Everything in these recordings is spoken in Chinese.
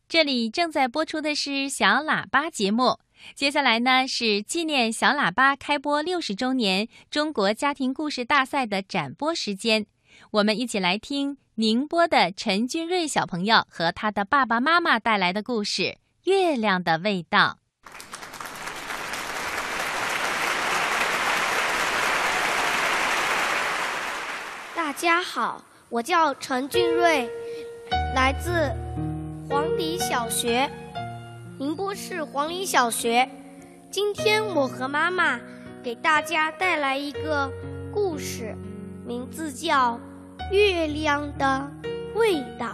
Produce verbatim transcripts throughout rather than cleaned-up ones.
这里正在播出的是小喇叭节目，接下来呢是纪念小喇叭开播六十周年中国家庭故事大赛的展播时间，我们一起来听宁波的陈君瑞小朋友和他的爸爸妈妈带来的故事《月亮的味道》。 大家好，我叫陈君瑞，来自黄骊小学，宁波市黄骊小学。今天我和妈妈给大家带来一个故事，名字叫《月亮的味道》。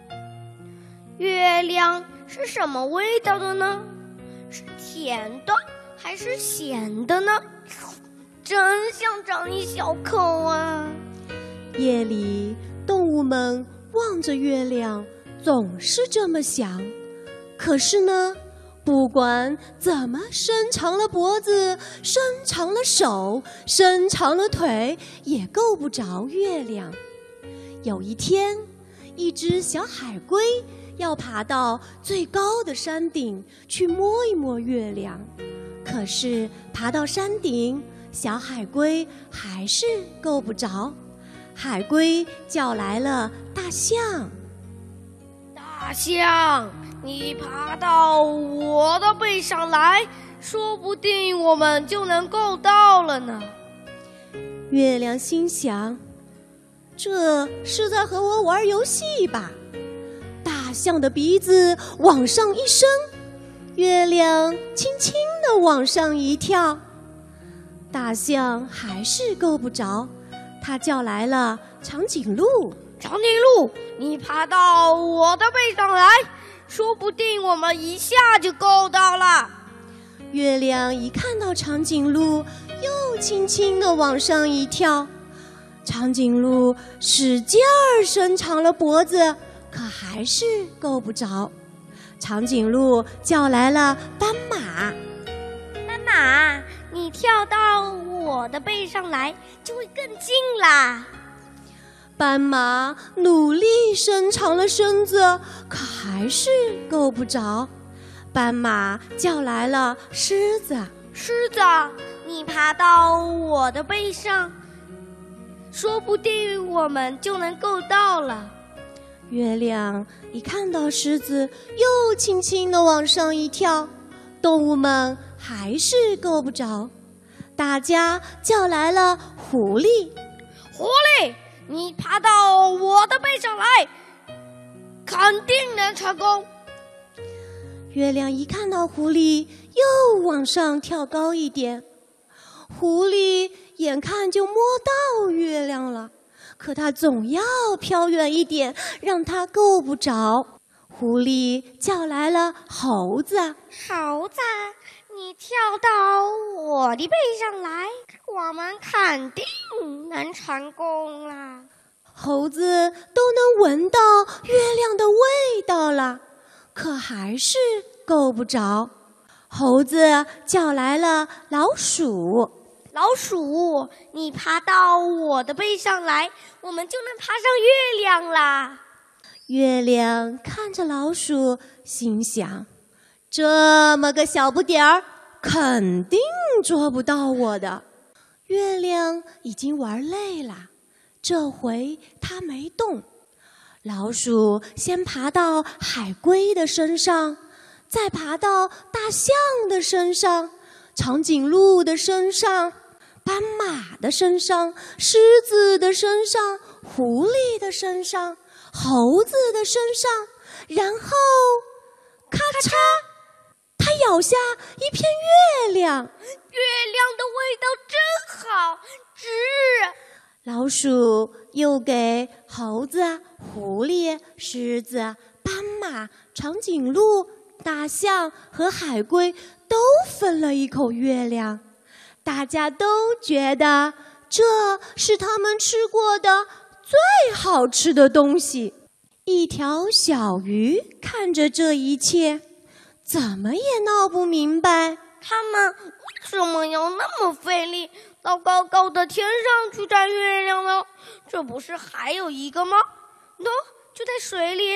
月亮是什么味道的呢？是甜的还是咸的呢？真想尝一小口啊！ 夜里，动物们望着月亮，总是这么想。可是呢，不管怎么伸长了脖子，伸长了手，伸长了腿，也够不着月亮。有一天，一只小海龟要爬到最高的山顶去摸一摸月亮。可是爬到山顶，小海龟还是够不着。海龟叫来了大象。 大象，你爬到我的背上来，说不定我们就能够到了呢。 月亮心想，这是在和我玩游戏吧？大象的鼻子往上一伸，月亮轻轻地往上一跳。大象还是够不着，他叫来了长颈鹿。 长颈鹿，你爬到我的背上来，说不定我们一下就够到了。 月亮一看到长颈鹿，又轻轻地往上一跳。长颈鹿使劲儿伸长了脖子，可还是够不着。长颈鹿叫来了斑马。 斑马，你跳到我的背上来，就会更近啦。 斑马努力伸长了身子，可还是够不着。斑马叫来了狮子。 狮子，你爬到我的背上，说不定我们就能够到了。 月亮一看到狮子，又轻轻地往上一跳。动物们还是够不着。大家叫来了狐狸。 狐狸，你爬到我的背上来，肯定能成功。 月亮一看到狐狸，又往上跳高一点。狐狸眼看就摸到月亮了，可它总要飘远一点，让它够不着。狐狸叫来了猴子。 猴子，你跳到我的背上来，我们肯定能成功啦。 猴子都能闻到月亮的味道了，可还是够不着。猴子叫来了老鼠。 老鼠，你爬到我的背上来，我们就能爬上月亮啦。 月亮看着老鼠，心想，这么个小不点儿，肯定捉不到我的。月亮已经玩累了，这回它没动。老鼠先爬到海龟的身上，再爬到大象的身上，长颈鹿的身上，斑马的身上，狮子的身上，狐狸的身上，猴子的身上，然后咔嚓，它咬下一片月亮。 月亮的味道真好吃。 老鼠又给猴子、狐狸、狮子、斑马、长颈鹿、大象和海龟都分了一口月亮。大家都觉得这是他们吃过的最好吃的东西。一条小鱼看着这一切，怎么也闹不明白， 他们为什么要那么费力到高高的天上去摘月亮呢？这不是还有一个吗？喏，就在水里，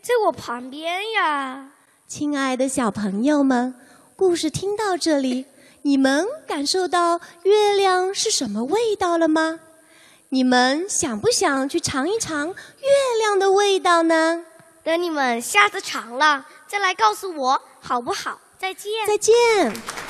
在我旁边呀。 亲爱的小朋友们，故事听到这里，你们感受到月亮是什么味道了吗？你们想不想去尝一尝月亮的味道呢？ 等你们下次尝了，再来告诉我好不好？再见。 再见。